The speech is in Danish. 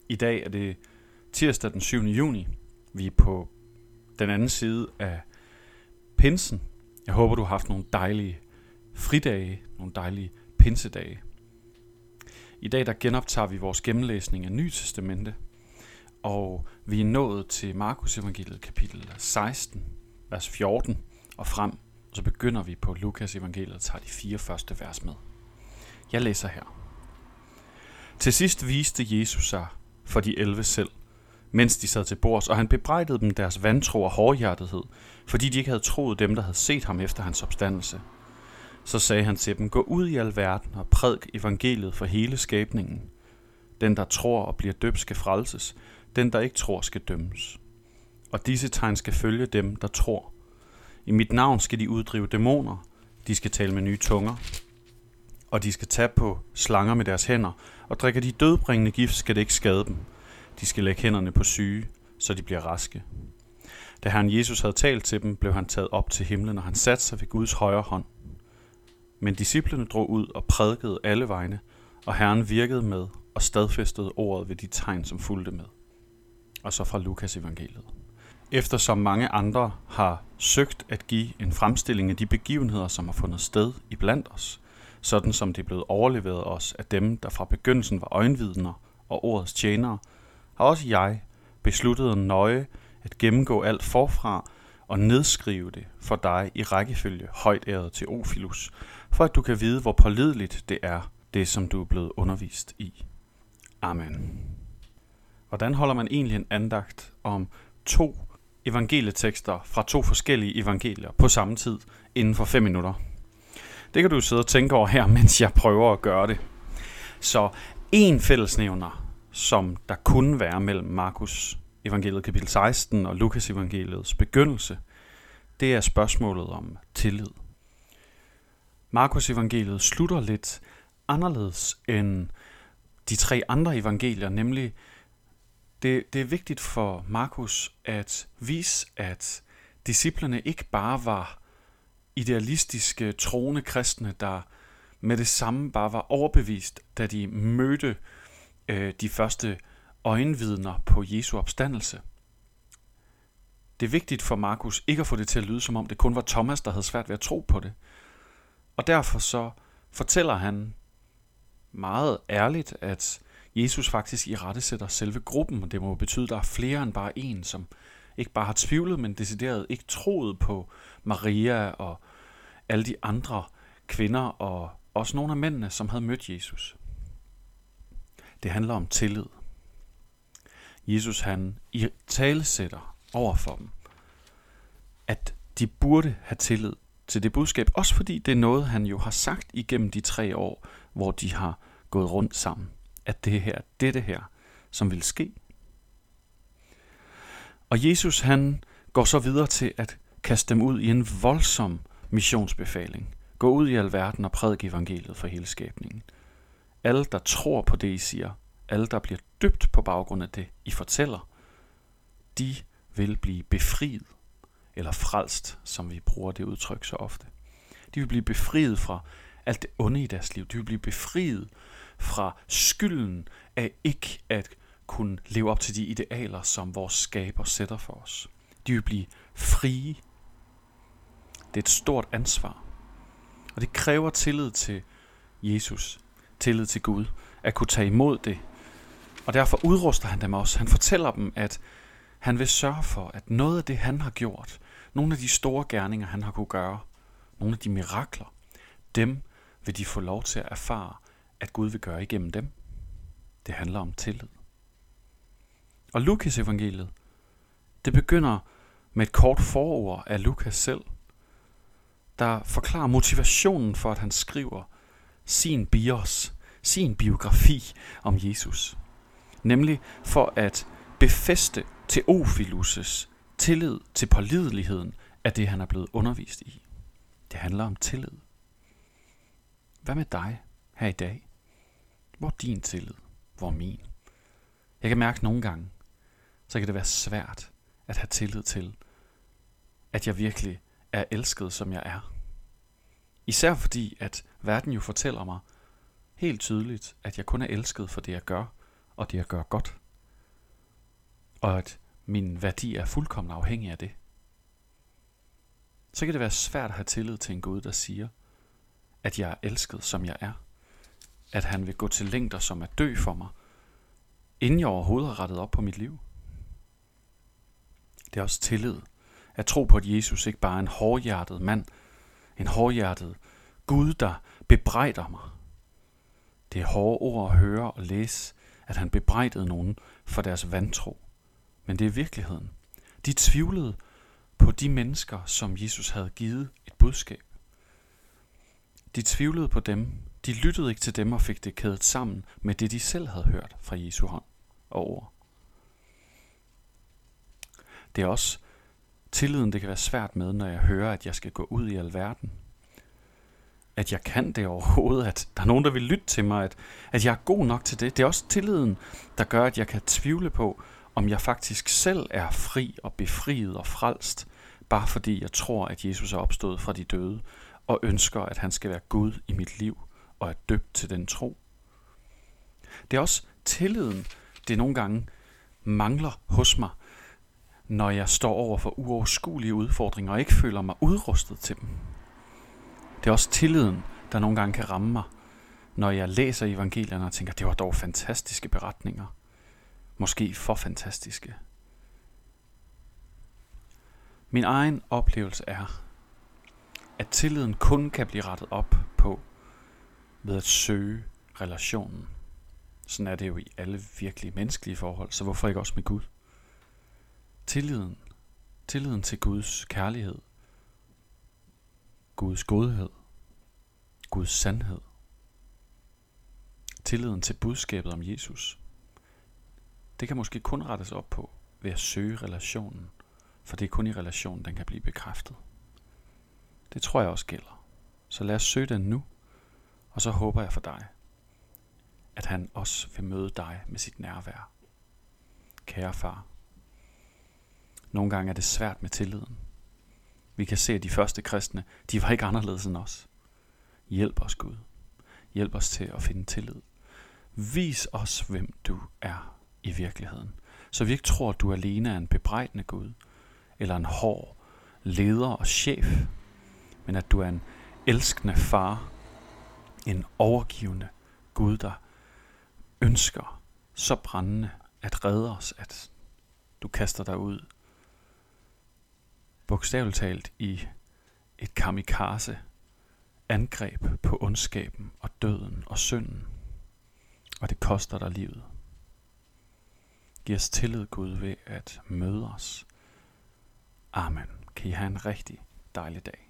I dag er det tirsdag den 7. juni. Vi er på den anden side af pinsen. Jeg håber, du har haft nogle dejlige fridage, nogle dejlige pinsedage. I dag der genoptager vi vores gennemlæsning af Nye Testamente, og vi er nået til Markus evangeliet kapitel 16, vers 14 og frem. Så begynder vi på Lukas evangeliet og tager de 4 første vers med. Jeg læser her. Til sidst viste Jesus sig for de 11 selv, mens de sad til bords, og han bebrejdede dem deres vantro og hårdhjertethed, fordi de ikke havde troet dem, der havde set ham efter hans opstandelse. Så sagde han til dem, gå ud i al verden og prædik evangeliet for hele skabningen. Den, der tror og bliver døbt, skal frelses. Den, der ikke tror, skal dømmes. Og disse tegn skal følge dem, der tror. I mit navn skal de uddrive dæmoner. De skal tale med nye tunger. Og de skal tage på slanger med deres hænder. Og drikker de dødbringende gift, skal det ikke skade dem. De skal lægge hænderne på syge, så de bliver raske. Da Herren Jesus havde talt til dem, blev han taget op til himlen, og han satte sig ved Guds højre hånd. Men disciplene drog ud og prædikede alle vegne, og Herren virkede med og stadfæstede ordet ved de tegn, som fulgte med. Og så fra Lukas evangeliet. Eftersom mange andre har søgt at give en fremstilling af de begivenheder, som har fundet sted iblandt os, sådan som det er blevet overleveret os af dem, der fra begyndelsen var øjenvidner og ordets tjenere, har også jeg besluttet nøje at gennemgå alt forfra og nedskrive det for dig i rækkefølge højt æret Theophilus, for at du kan vide, hvor pålideligt det er, det som du er blevet undervist i. Amen. Hvordan holder man egentlig en andagt om 2 evangelietekster fra 2 forskellige evangelier på samme tid inden for 5 minutter? Det kan du sidde og tænke over her, mens jeg prøver at gøre det. Så en fællesnævner, som der kunne være mellem Markus evangeliet kapitel 16 og Lukas evangeliets begyndelse, det er spørgsmålet om tillid. Markus evangeliet slutter lidt anderledes end de 3 andre evangelier, nemlig det er vigtigt for Markus at vise, at disciplerne ikke bare var idealistiske, troende kristne, der med det samme bare var overbevist, da de mødte de første øjenvidner på Jesu opstandelse. Det er vigtigt for Markus ikke at få det til at lyde, som om det kun var Thomas, der havde svært ved at tro på det. Og derfor så fortæller han meget ærligt, at Jesus faktisk irettesætter selve gruppen, og det må betyde, at der er flere end bare en, som ikke bare har tvivlet, men decideret ikke troet på Maria og alle de andre kvinder, og også nogle af mændene, som havde mødt Jesus. Det handler om tillid. Jesus han italesætter over for dem, at de burde have tillid til det budskab, også fordi det er noget, han jo har sagt igennem de 3 år, hvor de har gået rundt sammen, at det her, som vil ske. Og Jesus han går så videre til at kaste dem ud i en voldsom missionsbefaling. Gå ud i al verden og prædik evangeliet for hele skabningen. Alle, der tror på det, I siger, alle, der bliver døbt på baggrund af det, I fortæller, de vil blive befriet, eller frelst, som vi bruger det udtryk så ofte. De vil blive befriet fra alt det onde i deres liv. De vil blive befriet fra skylden af ikke at kunne leve op til de idealer, som vores skaber sætter for os. De vil blive frie. Det er et stort ansvar. Og det kræver tillid til Jesus, tillid til Gud, at kunne tage imod det. Og derfor udruster han dem også. Han fortæller dem, at han vil sørge for, at noget af det, han har gjort, nogle af de store gerninger, han har kunne gøre, nogle af de mirakler, dem vil de få lov til at erfare, at Gud vil gøre igennem dem. Det handler om tillid. Og Lukas evangeliet, det begynder med et kort forord af Lukas selv, der forklarer motivationen for, at han skriver sin bios, sin biografi om Jesus. Nemlig for at befæste Theophilus' tillid til pålideligheden af det, han er blevet undervist i. Det handler om tillid. Hvad med dig her i dag? Hvor er din tillid? Hvor er min? Jeg kan mærke nogle gange, så kan det være svært at have tillid til, at jeg virkelig er elsket, som jeg er. Især fordi, at verden jo fortæller mig helt tydeligt, at jeg kun er elsket for det, jeg gør, og det, jeg gør godt. og at min værdi er fuldkommen afhængig af det, så kan det være svært at have tillid til en Gud, der siger, at jeg er elsket, som jeg er. At han vil gå til længder, som er dø for mig, inden jeg overhovedet har rettet op på mit liv. Det er også tillid at tro på, at Jesus ikke bare er en hårdhjertet mand, en hårdhjertet Gud, der bebrejder mig. Det er hårde ord at høre og læse, at han bebrejdede nogen for deres vantro. Men det er virkeligheden. De tvivlede på de mennesker, som Jesus havde givet et budskab. De tvivlede på dem. De lyttede ikke til dem og fik det kædet sammen med det, de selv havde hørt fra Jesu hånd og ord. Det er også tilliden, det kan være svært med, når jeg hører, at jeg skal gå ud i alverden. At jeg kan det overhovedet, at der er nogen, der vil lytte til mig, at jeg er god nok til det. Det er også tilliden, der gør, at jeg kan tvivle på, om jeg faktisk selv er fri og befriet og frelst, bare fordi jeg tror, at Jesus er opstået fra de døde, og ønsker, at han skal være Gud i mit liv, og er døbt til den tro. Det er også tilliden, det nogle gange mangler hos mig, når jeg står over for uoverskuelige udfordringer, og ikke føler mig udrustet til dem. Det er også tilliden, der nogle gange kan ramme mig, når jeg læser evangelierne og tænker, det var dog fantastiske beretninger. Måske for fantastiske. Min egen oplevelse er, at tilliden kun kan blive rettet op på ved at søge relationen. Sådan er det jo i alle virkelige menneskelige forhold, så hvorfor ikke også med Gud? Tilliden til Guds kærlighed, Guds godhed, Guds sandhed. Tilliden til budskabet om Jesus. Det kan måske kun rettes op på ved at søge relationen, for det er kun i relationen, den kan blive bekræftet. Det tror jeg også gælder. Så lad os søge den nu, og så håber jeg for dig, at han også vil møde dig med sit nærvær. Kære far, nogle gange er det svært med tilliden. Vi kan se, at de første kristne, de var ikke anderledes end os. Hjælp os, Gud. Hjælp os til at finde tillid. Vis os, hvem du er i virkeligheden. Så vi ikke tror, at du alene er en bebrejdende Gud, eller en hård leder og chef, men at du er en elskende far, en overgivende Gud, der ønsker så brændende at redde os, at du kaster dig ud, bogstaveligt talt i et kamikaze angreb på ondskaben og døden og synden, og det koster dig livet. Giv os tillid, Gud, ved at møde os. Amen. Kan I have en rigtig dejlig dag.